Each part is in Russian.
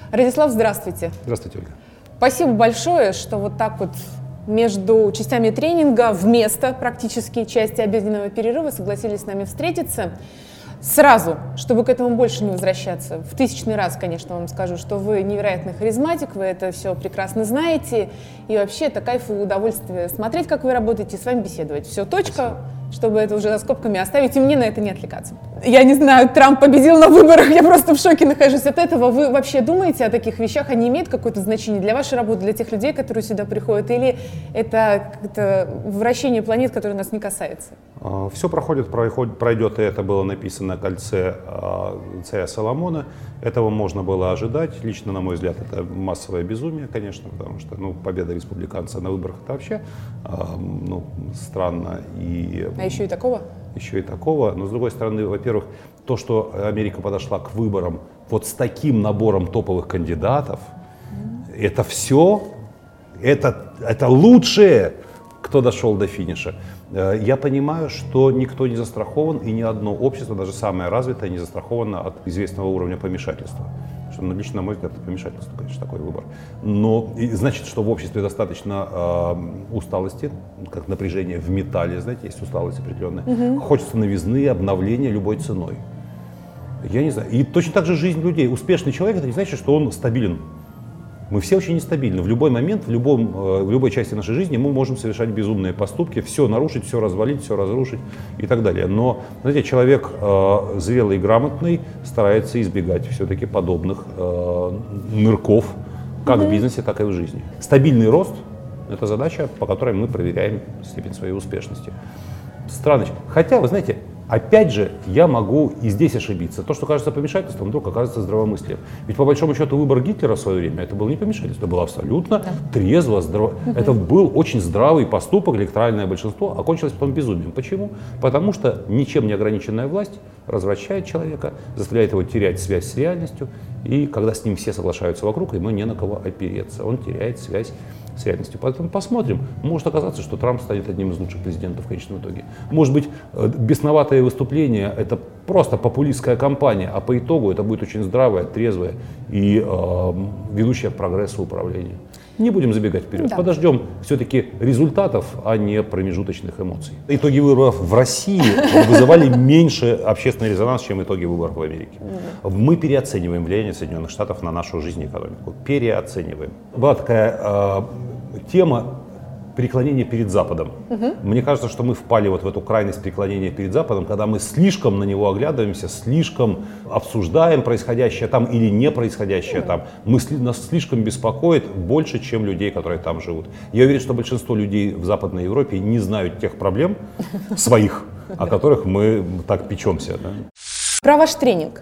Радислав, здравствуйте. Здравствуйте, Ольга. Спасибо большое, что вот так вот между частями тренинга, вместо практически части обеденного перерыва согласились с нами встретиться. Сразу, чтобы к этому больше не возвращаться, в 1000-й раз, конечно, вам скажу, что вы невероятный харизматик, вы это все прекрасно знаете, и вообще это кайф и удовольствие смотреть, как вы работаете, с вами беседовать. Все, точка. Спасибо. Чтобы это уже за скобками оставить, и мне на это не отвлекаться. Я не знаю, Трамп победил на выборах, я просто в шоке нахожусь от этого. Вы вообще думаете о таких вещах? Они имеют какое-то значение для вашей работы, для тех людей, которые сюда приходят? Или это как-то вращение планет, которое нас не касается? Все пройдет, и это было написано на кольце царя Соломона. Этого можно было ожидать. Лично, на мой взгляд, это массовое безумие, конечно, потому что победа республиканца на выборах — это вообще странно. А еще и такого? Еще и такого. Но, с другой стороны, во-первых, то, что Америка подошла к выборам вот с таким набором топовых кандидатов, это все, это лучшее, кто дошел до финиша. Я понимаю, что никто не застрахован, и ни одно общество, даже самое развитое, не застраховано от известного уровня помешательства. Что, лично, на мой взгляд, это помешательство, конечно, такой выбор. Но значит, что в обществе достаточно усталости, как напряжение в металле, знаете, есть усталость определенная. Хочется новизны, обновления любой ценой. Я не знаю. И точно так же жизнь людей. Успешный человек — это не значит, что он стабилен. Мы все очень нестабильны. В любой момент, в любой части нашей жизни мы можем совершать безумные поступки, все нарушить, все развалить, все разрушить и так далее. Но, знаете, человек зрелый и грамотный старается избегать все-таки подобных нырков, как в бизнесе, так и в жизни. Стабильный рост — это задача, по которой мы проверяем степень своей успешности. Странно. Хотя, вы знаете, опять же, я могу и здесь ошибиться. То, что кажется помешательством, вдруг окажется здравомыслием. Ведь по большому счету выбор Гитлера в свое время — это было не помешательство, это было абсолютно трезво, здраво. Это был очень здравый поступок, электоральное большинство окончилось потом безумием. Почему? Потому что ничем не ограниченная власть развращает человека, заставляет его терять связь с реальностью, и когда с ним все соглашаются вокруг, ему не на кого опереться, он теряет связь с реальностью. Поэтому посмотрим. Может оказаться, что Трамп станет одним из лучших президентов в конечном итоге. Может быть, бесноватое выступление — это просто популистская кампания, а по итогу это будет очень здравое, трезвое и ведущее к прогрессу управление. Не будем забегать вперед. Да. Подождем все-таки результатов, а не промежуточных эмоций. Итоги выборов в России вызывали меньше общественный резонанс, чем итоги выборов в Америке. Мы переоцениваем влияние Соединенных Штатов на нашу жизнь и экономику. Переоцениваем. Была такая тема преклонения перед Западом. Мне кажется, что мы впали вот в эту крайность преклонения перед Западом, когда мы слишком на него оглядываемся, слишком обсуждаем происходящее там или не происходящее там. Нас слишком беспокоит больше, чем людей, которые там живут. Я уверен, что большинство людей в Западной Европе не знают тех проблем своих, о которых мы так печемся. Да? Про ваш тренинг.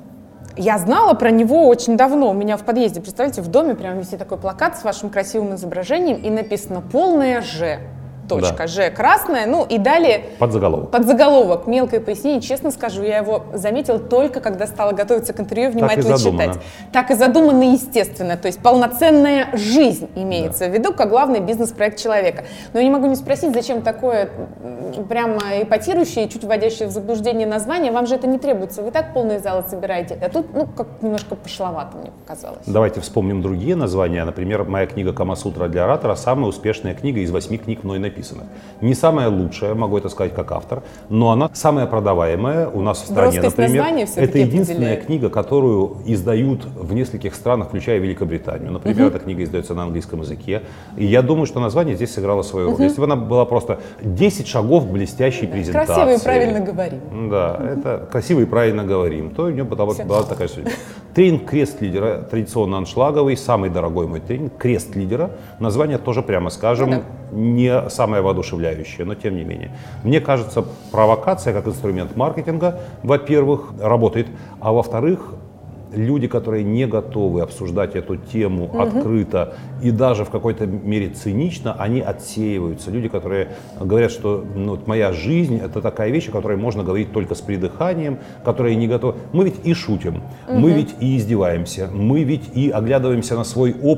Я знала про него очень давно. У меня в подъезде, представляете, в доме прямо висит такой плакат с вашим красивым изображением, и написано «Полное Ж». Точка. Да. Ж красная, и далее подзаголовок, мелкое пояснение. Честно скажу, я его заметила только когда стала готовиться к интервью, внимательно читать. Так и задумано, естественно. То есть полноценная жизнь имеется в виду, как главный бизнес-проект человека. Но я не могу не спросить, зачем такое прямо эпатирующее, чуть вводящее в заблуждение название. Вам же это не требуется. Вы так полные залы собираете. А тут, как немножко пошловато, мне показалось. Давайте вспомним другие названия. Например, моя книга «Камасутра для оратора» — самая успешная книга из 8 книг мной написанных. Не самая лучшая, могу это сказать как автор, но она самая продаваемая у нас в стране, например. Это единственная книга, которую издают в нескольких странах, включая Великобританию. Например, эта книга издается на английском языке. И я думаю, что название здесь сыграло свою роль. Если бы она была просто 10 шагов к блестящей презентации. Красиво и правильно говорим. Да, это красиво и правильно говорим. То у нее была такая судьба. Тренинг «Крест лидера», традиционно аншлаговый, самый дорогой мой тренинг, «Крест лидера». Название тоже, прямо скажем, не самое воодушевляющее, но тем не менее. Мне кажется, провокация как инструмент маркетинга, во-первых, работает, а во-вторых, люди, которые не готовы обсуждать эту тему открыто и даже в какой-то мере цинично, они отсеиваются. Люди, которые говорят, что моя жизнь — это такая вещь, о которой можно говорить только с придыханием, которые не готовы. Мы ведь и шутим, мы ведь и издеваемся, мы ведь и оглядываемся на свой опыт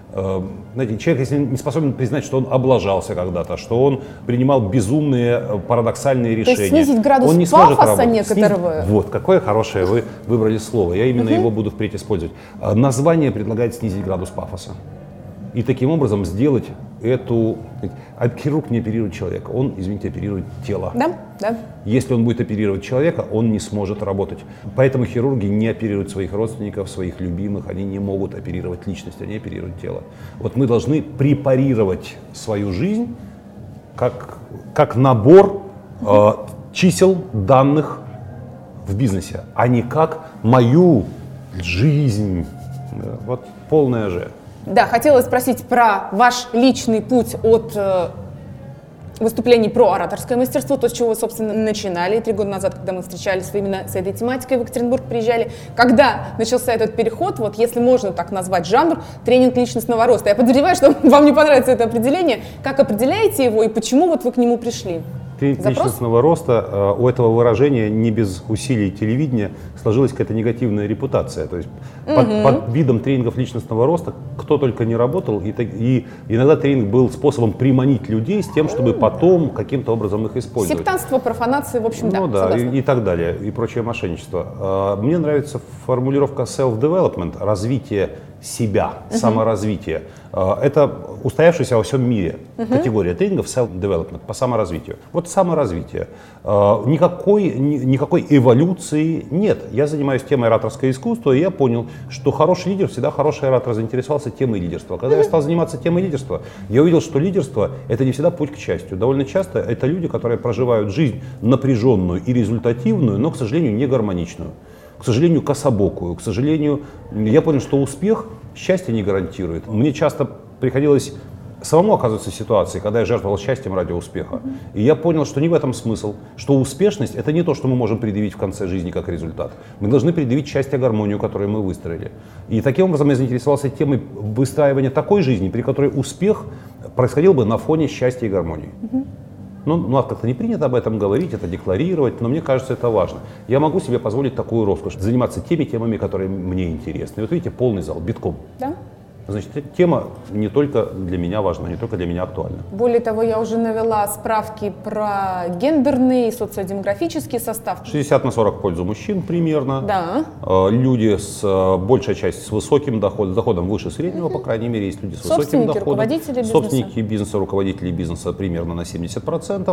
знаете, человек, если не способен признать, что он облажался когда-то, что он принимал безумные, парадоксальные решения. То есть снизить градус он не пафоса некоторого? Вот, какое хорошее вы выбрали слово. Я именно его буду впредь использовать. Название предлагает снизить градус пафоса. И таким образом сделать эту... Хирург не оперирует человека, он, извините, оперирует тело. Да, да. Если он будет оперировать человека, он не сможет работать. Поэтому хирурги не оперируют своих родственников, своих любимых, они не могут оперировать личность, они оперируют тело. Вот мы должны препарировать свою жизнь как набор чисел, данных в бизнесе, а не как мою жизнь. Вот полная же. Да, хотела спросить про ваш личный путь от выступлений про ораторское мастерство, то, с чего вы, собственно, начинали 3 года назад, когда мы встречались, вы именно с этой тематикой в Екатеринбург приезжали. Когда начался этот переход, вот если можно так назвать жанр, тренинг личностного роста? Я подозреваю, что вам не понравится это определение. Как определяете его и почему вот вы к нему пришли? Тренинг личностного роста, у этого выражения не без усилий телевидения сложилась какая-то негативная репутация. То есть под видом тренингов личностного роста кто только не работал, и иногда тренинг был способом приманить людей с тем, чтобы потом каким-то образом их использовать. Сектантство, профанация, в общем, да. Ну да, и так далее, и прочее мошенничество. Мне нравится формулировка self-development, развитие себя, саморазвитие. Это устоявшаяся во всем мире категория тренингов self-development, по саморазвитию. Вот саморазвитие. Никакой эволюции нет. Я занимаюсь темой ораторского искусства, и я понял, что хороший лидер всегда хороший оратор, заинтересовался темой лидерства. Когда я стал заниматься темой лидерства, я увидел, что лидерство — это не всегда путь к счастью. Довольно часто это люди, которые проживают жизнь напряженную и результативную, но, к сожалению, не гармоничную. К сожалению, кособокую. К сожалению, я понял, что успех счастье не гарантирует. Мне часто приходилось самому оказываться в ситуации, когда я жертвовал счастьем ради успеха. И я понял, что не в этом смысл, что успешность — это не то, что мы можем предъявить в конце жизни как результат. Мы должны предъявить счастье, гармонию, которую мы выстроили. И таким образом я заинтересовался темой выстраивания такой жизни, при которой успех происходил бы на фоне счастья и гармонии. Ну, у нас как-то не принято об этом говорить, это декларировать, но мне кажется, это важно. Я могу себе позволить такую роскошь, заниматься теми темами, которые мне интересны. И вот видите, полный зал, битком. Да? Значит, эта тема не только для меня важна, не только для меня актуальна. Более того, я уже навела справки про гендерный и социодемографический состав. 60/40 в пользу мужчин примерно. Да. Люди большая часть с высоким доходом, с доходом выше среднего, по крайней мере, есть люди с высоким доходом. Руководители бизнеса. Собственники бизнеса, руководители бизнеса примерно на 70%.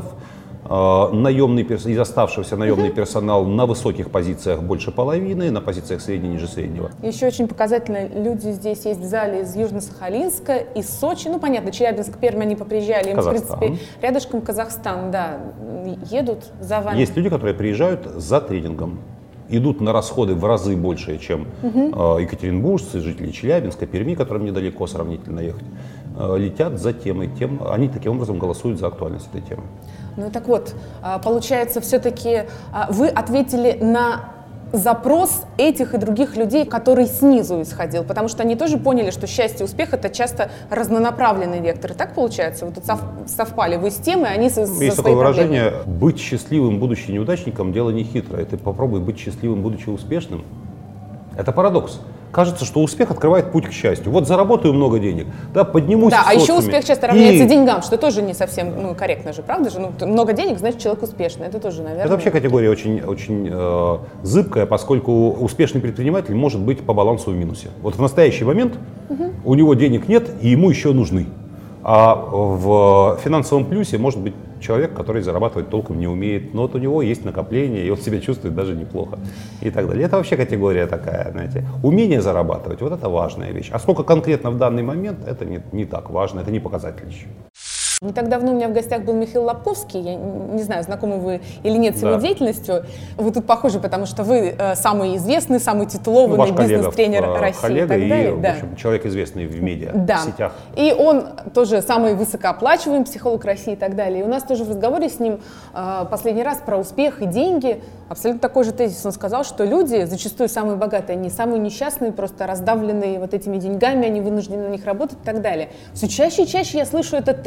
Из оставшегося наемный персонал на высоких позициях больше половины, на позициях средней, ниже среднего. Еще очень показательно, люди здесь есть в зале из Южно-Сахалинска, из Сочи, ну понятно, Челябинск, Пермь, они поприезжали, им, в принципе, рядышком Казахстан, да, едут за вами. Есть люди, которые приезжают за тренингом, идут на расходы в разы больше, чем екатеринбуржцы, жители Челябинска, Перми, которым недалеко сравнительно ехать, летят за темой, они таким образом голосуют за актуальность этой темы. Ну так вот, получается, все-таки вы ответили на запрос этих и других людей, который снизу исходил, потому что они тоже поняли, что счастье и успех — это часто разнонаправленный вектор. И так получается? Вы тут совпали, вы с темой, они со своей Есть такое проблемой. выражение: быть счастливым, будучи неудачником, дело не хитрое. Ты попробуй быть счастливым, будучи успешным. Это парадокс. Кажется, что успех открывает путь к счастью. Вот заработаю много денег, да, поднимусь в социуме. А еще успех часто равняется деньгам, что тоже не совсем корректно же, правда же? Много денег, значит, человек успешный. Это тоже, наверное... Это вообще категория очень зыбкая, поскольку успешный предприниматель может быть по балансу в минусе. Вот в настоящий момент у него денег нет, и ему еще нужны. А в финансовом плюсе может быть человек, который зарабатывать толком не умеет, но вот у него есть накопление, и он себя чувствует даже неплохо и так далее. Это вообще категория такая, знаете. Умение зарабатывать — вот это важная вещь. А сколько конкретно в данный момент, это не так важно, это не показатель еще. Не так давно у меня в гостях был Михаил Лобковский, я не знаю, знакомы вы или нет с его деятельностью. Вы тут похожи, потому что вы самый известный, самый титулованный бизнес-тренер России коллега и так далее. И, в общем, человек известный в медиа, в сетях. И он тоже самый высокооплачиваемый психолог России и так далее. И у нас тоже в разговоре с ним последний раз про успех и деньги абсолютно такой же тезис. Он сказал, что люди, зачастую самые богатые, они самые несчастные, просто раздавленные вот этими деньгами, они вынуждены на них работать и так далее. Все чаще и чаще я слышу этот тезис такой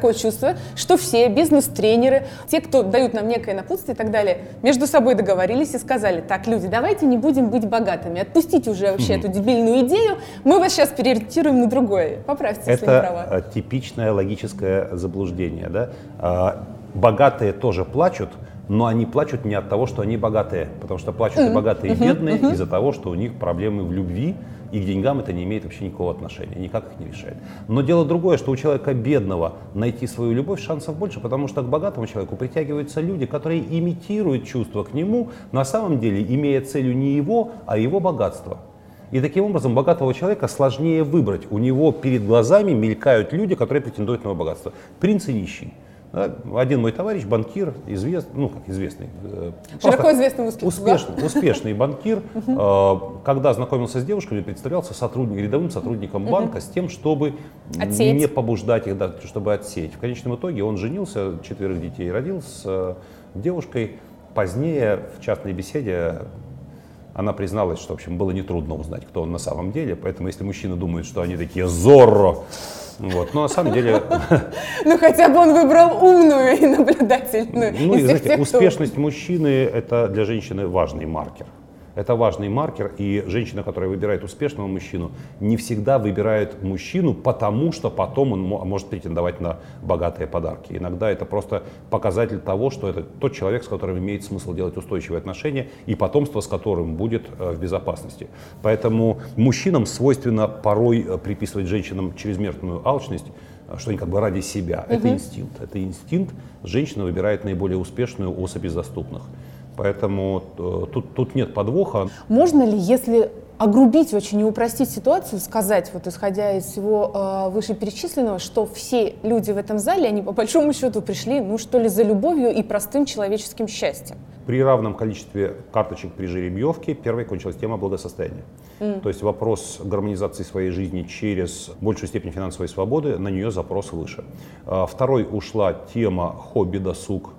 такое чувство, что все бизнес-тренеры, те, кто дают нам некое напутствие и так далее, между собой договорились и сказали: так, люди, давайте не будем быть богатыми, отпустите уже вообще эту дебильную идею, мы вас сейчас переориентируем на другое. Поправьте, если не права. Это типичное логическое заблуждение. Да? Богатые тоже плачут, но они плачут не от того, что они богатые, потому что плачут и богатые, и бедные из-за того, что у них проблемы в любви, и к деньгам это не имеет вообще никакого отношения, никак их не решает. Но дело другое, что у человека бедного найти свою любовь шансов больше, потому что к богатому человеку притягиваются люди, которые имитируют чувства к нему, на самом деле имея целью не его, а его богатство. И таким образом богатого человека сложнее выбрать. У него перед глазами мелькают люди, которые претендуют на его богатство. Принц и нищий. Да? Один мой товарищ, банкир, известный, широко известный успешный банкир, когда знакомился с девушками, представлялся рядовым сотрудником банка с тем, чтобы не побуждать их, да, чтобы отсеять. В конечном итоге он женился, 4 детей родил с девушкой. Позднее в частной беседе она призналась, что, в общем, было нетрудно узнать, кто он на самом деле. Поэтому, если мужчины думают, что они такие Зорро, вот, но на самом деле... Ну, хотя бы он выбрал умную и наблюдательную. Ну, и, знаете, успешность мужчины – это для женщины важный маркер. Это важный маркер, и женщина, которая выбирает успешного мужчину, не всегда выбирает мужчину, потому что потом он может претендовать на богатые подарки. Иногда это просто показатель того, что это тот человек, с которым имеет смысл делать устойчивые отношения, и потомство, с которым будет в безопасности. Поэтому мужчинам свойственно порой приписывать женщинам чрезмерную алчность, что они как бы ради себя. Это инстинкт. Это инстинкт. Женщина выбирает наиболее успешную особь из доступных. Поэтому тут нет подвоха. Можно ли, если огрубить очень и упростить ситуацию, сказать, вот исходя из всего вышеперечисленного, что все люди в этом зале, они по большому счету пришли, ну что ли, за любовью и простым человеческим счастьем? При равном количестве карточек при жеребьевке первой кончилась тема благосостояния. То есть вопрос гармонизации своей жизни через большую степень финансовой свободы, на нее запрос выше. Второй ушла тема хобби-досуг.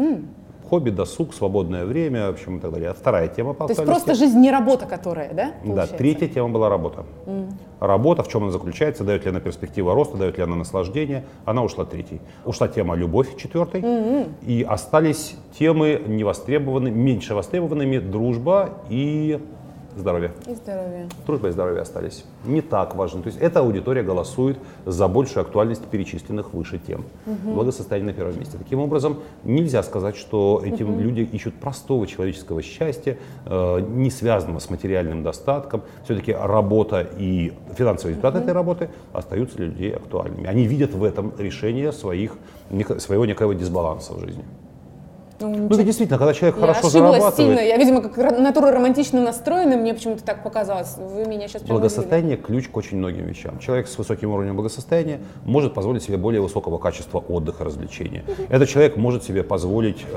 Хобби, досуг, свободное время, в общем, и так далее. Вторая тема по актуальности. То есть просто жизнь не работа, которая, да? Да, третья тема была работа. Работа, в чем она заключается, дает ли она перспективу роста, дает ли она наслаждение. Она ушла третьей. Ушла тема любовь четвертой. И остались темы невостребованные, меньше востребованными: дружба и здоровье. И здоровье. Дружба и здоровье остались. Не так важно. То есть эта аудитория голосует за большую актуальность перечисленных выше тем. Благосостояние на первом месте. Таким образом, нельзя сказать, что эти люди ищут простого человеческого счастья, не связанного с материальным достатком. Все-таки работа и финансовый результат этой работы остаются для людей актуальными. Они видят в этом решение своего некоего дисбаланса в жизни. Ну, это действительно, когда человек хорошо зарабатывает. Сильно. Я, видимо, как натура романтично настроена, мне почему-то так показалось. Вы меня сейчас прямо Благосостояние – ключ к очень многим вещам. Человек с высоким уровнем благосостояния может позволить себе более высокого качества отдыха, развлечения. Этот человек может себе позволить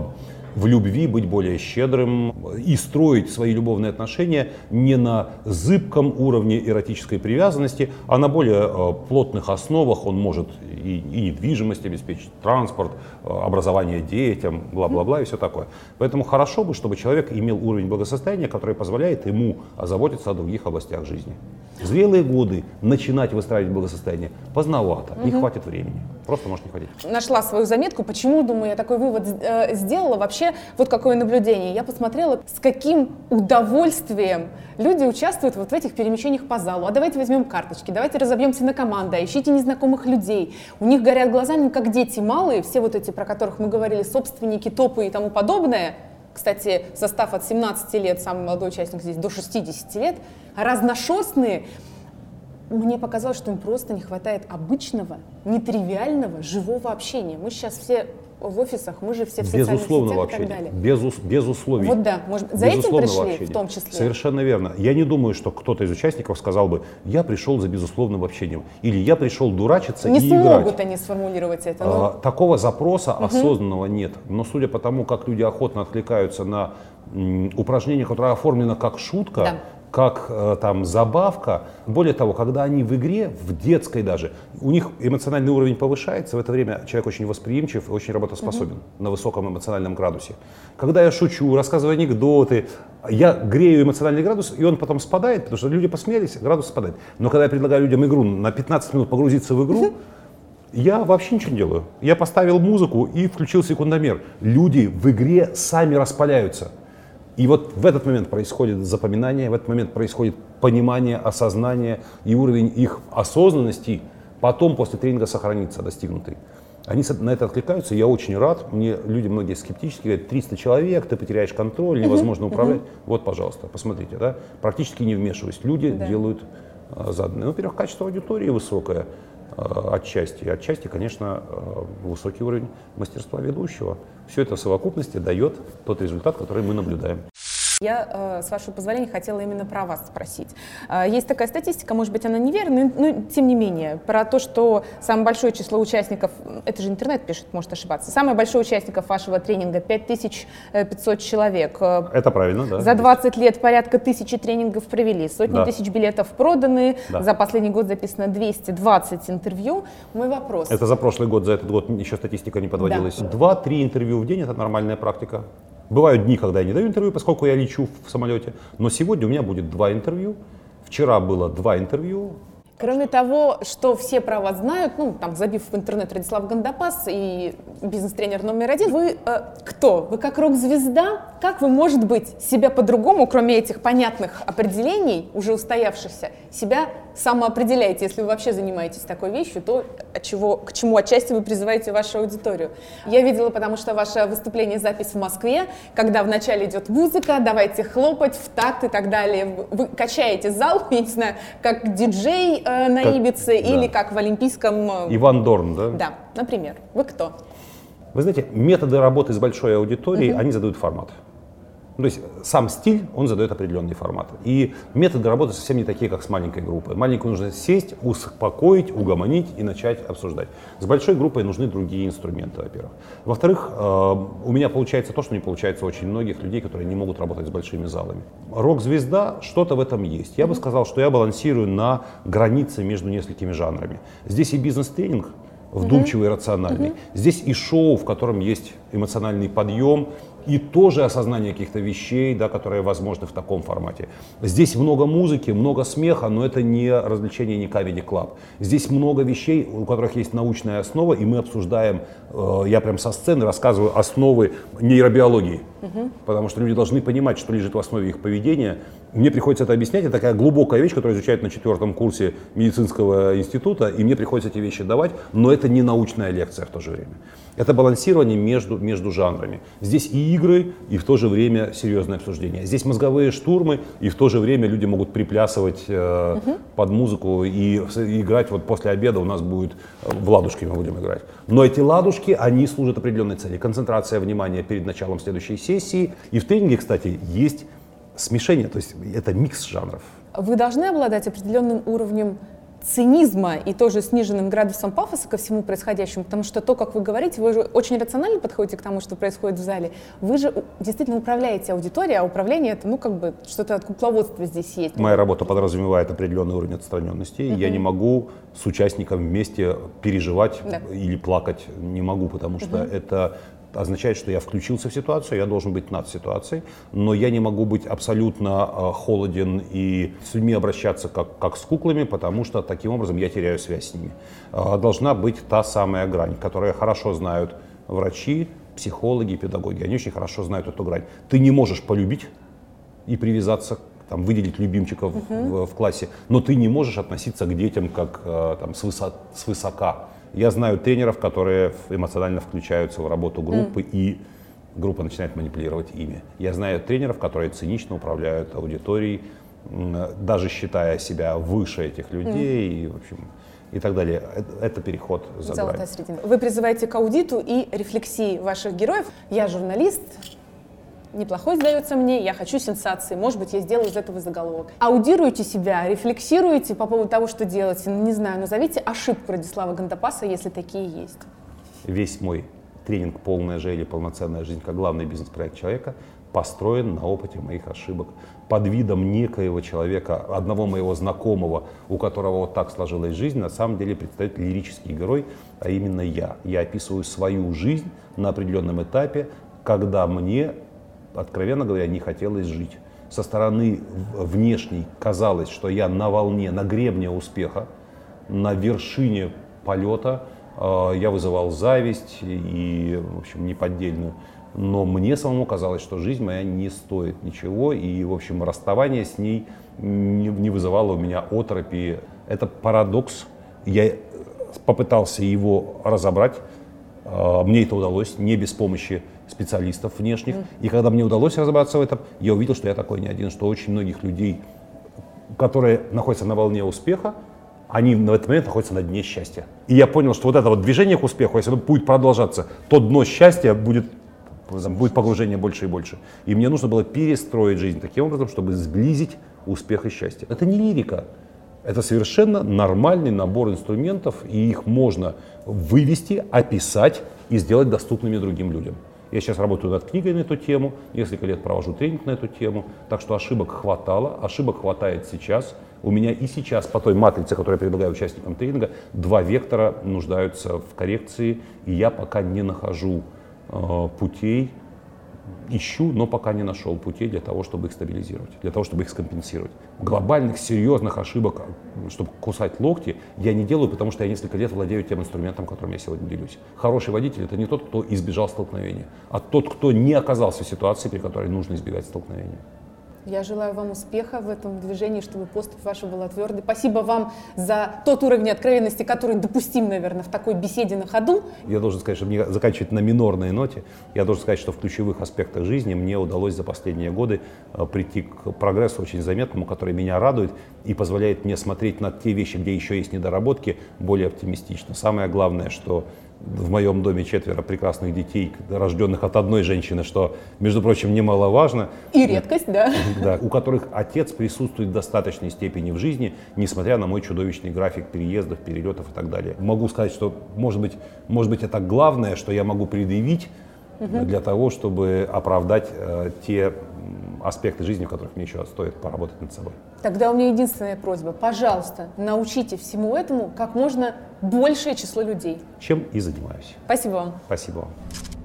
в любви быть более щедрым и строить свои любовные отношения не на зыбком уровне эротической привязанности, а на более плотных основах. Он может и недвижимость обеспечить, транспорт, образование детям, бла-бла-бла и все такое. Поэтому хорошо бы, чтобы человек имел уровень благосостояния, который позволяет ему озаботиться о других областях жизни. В зрелые годы начинать выстраивать благосостояние поздновато, не хватит времени. Просто может не хватить. Нашла свою заметку. Почему, думаю, я такой вывод сделала? Вообще, вот какое наблюдение. Я посмотрела, с каким удовольствием люди участвуют вот в этих перемещениях по залу. А давайте возьмем карточки, давайте разобьемся на команды, ищите незнакомых людей. У них горят глаза, ну, как дети малые, все вот эти, про которых мы говорили, собственники, топы и тому подобное. Кстати, состав от 17 лет, самый молодой участник здесь до 60 лет, разношерстные. Мне показалось, что им просто не хватает обычного, нетривиального, живого общения. Мы сейчас все в офисах, мы же все в социальных сетях и так далее. Без условий. Вот да, может, за этим пришли общения. В том числе. Совершенно верно. Я не думаю, что кто-то из участников сказал бы: я пришел за безусловным общением, или я пришел дурачиться и играть. Не смогут они сформулировать это. Но... Такого запроса осознанного нет. Но судя по тому, как люди охотно откликаются на упражнение, которое оформлено как шутка, да, как там забавка. Более того, когда они в игре, в детской даже, у них эмоциональный уровень повышается, в это время человек очень восприимчив и очень работоспособен на высоком эмоциональном градусе. Когда я шучу, рассказываю анекдоты, я грею эмоциональный градус, и он потом спадает, потому что люди посмеялись, градус спадает. Но когда я предлагаю людям игру, на 15 минут погрузиться в игру, Я вообще ничего не делаю. Я поставил музыку и включил секундомер. Люди в игре сами распаляются. И вот в этот момент происходит запоминание, в этот момент происходит понимание, осознание, и уровень их осознанности потом после тренинга сохранится достигнутый. Они на это откликаются, я очень рад. Мне люди многие скептически говорят: 300 человек, ты потеряешь контроль, невозможно управлять. Вот, пожалуйста, посмотрите, да? Практически не вмешиваясь. Люди делают заданное. Во-первых, качество аудитории высокое отчасти. Отчасти, конечно, высокий уровень мастерства ведущего. Все это в совокупности дает тот результат, который мы наблюдаем. Я, с вашего позволения, хотела именно про вас спросить. Есть такая статистика, может быть, она неверная, но тем не менее, про то, что самое большое число участников, это же интернет пишет, может ошибаться, самое большое участников вашего тренинга 5500 человек. Это правильно, да. За 20 лет порядка 1000 тренингов провели, сотни тысяч билетов проданы, за последний год записано 220 интервью. Мой вопрос. Это за прошлый год, за этот год еще статистика не подводилась. 2-3 интервью в день — это нормальная практика. Бывают дни, когда я не даю интервью, поскольку я лечу в самолете, но сегодня у меня будет 2 интервью, вчера было 2 интервью. Кроме того, что все про вас знают, забив в интернет Радислав Гандапас и бизнес-тренер номер 1, вы кто? Вы как рок-звезда? Как вы, может быть, себя по-другому, кроме этих понятных определений, уже устоявшихся, себя самоопределяете? Если вы вообще занимаетесь такой вещью, то к чему отчасти вы призываете вашу аудиторию? Я видела, потому что ваше выступление, запись в Москве, когда вначале идет музыка, давайте хлопать в такт и так далее. Вы качаете зал, я не знаю, как диджей на Ибице или как в Олимпийском... Иван Дорн, да? Да, например. Вы кто? Вы знаете, методы работы с большой аудиторией, они задают формат. То есть сам стиль, он задает определенный формат. И методы работы совсем не такие, как с маленькой группой. Маленькую нужно сесть, успокоить, угомонить и начать обсуждать. С большой группой нужны другие инструменты, во-первых. Во-вторых, у меня получается то, что не получается у очень многих людей, которые не могут работать с большими залами. Рок-звезда, что-то в этом есть. Я бы сказал, что я балансирую на границе между несколькими жанрами. Здесь и бизнес-тренинг, вдумчивый, рациональный. Здесь и шоу, в котором есть эмоциональный подъем, и тоже осознание каких-то вещей, да, которые возможны в таком формате. Здесь много музыки, много смеха, но это не развлечение, не comedy-клаб. Здесь много вещей, у которых есть научная основа, и мы обсуждаем, я прям со сцены рассказываю основы нейробиологии. Потому что люди должны понимать, что лежит в основе их поведения. Мне приходится это объяснять, это такая глубокая вещь, которую изучают на 4-м курсе медицинского института, и мне приходится эти вещи давать, но это не научная лекция в то же время. Это балансирование между жанрами. Здесь и игры, и в то же время серьезное обсуждение. Здесь мозговые штурмы, и в то же время люди могут приплясывать под музыку и играть. Вот после обеда у нас будет в ладушки мы будем играть. Но эти ладушки, они служат определенной цели. Концентрация внимания перед началом следующей сессии. И в тренинге, кстати, есть смешение, то есть это микс жанров. Вы должны обладать определенным уровнем цинизма и тоже сниженным градусом пафоса ко всему происходящему, потому что то, как вы говорите, вы же очень рационально подходите к тому, что происходит в зале. Вы же действительно управляете аудиторией, а управление — это, что-то от кукловодства здесь есть. Моя работа подразумевает определенный уровень отстраненности. Я не могу с участником вместе переживать или плакать, не могу, потому что это означает, что я включился в ситуацию, я должен быть над ситуацией, но я не могу быть абсолютно холоден и с людьми обращаться как с куклами, потому что таким образом я теряю связь с ними. Должна быть та самая грань, которую хорошо знают врачи, психологи, педагоги. Они очень хорошо знают эту грань. Ты не можешь полюбить и привязаться, выделить любимчиков в классе, но ты не можешь относиться к детям как свысока. Я знаю тренеров, которые эмоционально включаются в работу группы, и группа начинает манипулировать ими. Я знаю тренеров, которые цинично управляют аудиторией, даже считая себя выше этих людей, и, в общем, и так далее. Это переход за грань. Золотая середина. Вы призываете к аудиту и рефлексии ваших героев. Я журналист, неплохой, сдается мне, я хочу сенсации, может быть, я сделаю из этого заголовок. Аудируете себя, рефлексируете по поводу того, что делаете, не знаю, назовите ошибку Радислава Гандапаса, если такие есть. Весь мой тренинг «Полная же» или «Полноценная жизнь» как главный бизнес-проект человека построен на опыте моих ошибок. Под видом некоего человека, одного моего знакомого, у которого вот так сложилась жизнь, на самом деле предстоит лирический герой, а именно я. Я описываю свою жизнь на определенном этапе, когда мне, откровенно говоря, не хотелось жить. Со стороны внешней казалось, что я на волне, на гребне успеха, на вершине полета, я вызывал зависть и, в общем, неподдельную. Но мне самому казалось, что жизнь моя не стоит ничего, и, в общем, расставание с ней не вызывало у меня оторопи. Это парадокс. Я попытался его разобрать. Мне это удалось, не без помощи специалистов внешних. И когда мне удалось разобраться в этом, я увидел, что я такой не один, что очень многих людей, которые находятся на волне успеха, они в этот момент находятся на дне счастья. И я понял, что вот это вот движение к успеху, если оно будет продолжаться, то дно счастья будет погружение больше и больше. И мне нужно было перестроить жизнь таким образом, чтобы сблизить успех и счастье. Это не лирика. Это совершенно нормальный набор инструментов, и их можно вывести, описать и сделать доступными другим людям. Я сейчас работаю над книгой на эту тему, несколько лет провожу тренинг на эту тему, так что ошибок хватало, ошибок хватает сейчас. У меня и сейчас по той матрице, которую я предлагаю участникам тренинга, 2 вектора нуждаются в коррекции, и я пока не нахожу путей, ищу, но пока не нашел путей для того, чтобы их стабилизировать, для того, чтобы их скомпенсировать. Глобальных, серьезных ошибок, чтобы кусать локти, я не делаю, потому что я несколько лет владею тем инструментом, которым я сегодня делюсь. Хороший водитель — это не тот, кто избежал столкновения, а тот, кто не оказался в ситуации, при которой нужно избегать столкновения. Я желаю вам успеха в этом движении, чтобы поступь ваша была твердой. Спасибо вам за тот уровень откровенности, который допустим, наверное, в такой беседе на ходу. Я должен сказать, чтобы не заканчивать на минорной ноте, я должен сказать, что в ключевых аспектах жизни мне удалось за последние годы прийти к прогрессу очень заметному, который меня радует и позволяет мне смотреть на те вещи, где еще есть недоработки, более оптимистично. Самое главное, что в моем доме 4 прекрасных детей, рожденных от одной женщины, что, между прочим, немаловажно. И редкость, да. Да, у которых отец присутствует в достаточной степени в жизни, несмотря на мой чудовищный график переездов, перелетов и так далее. Могу сказать, что, может быть, это главное, что я могу предъявить для того, чтобы оправдать те аспекты жизни, в которых мне еще стоит поработать над собой. Тогда у меня единственная просьба. Пожалуйста, научите всему этому как можно большее число людей. Чем и занимаюсь. Спасибо вам. Спасибо вам.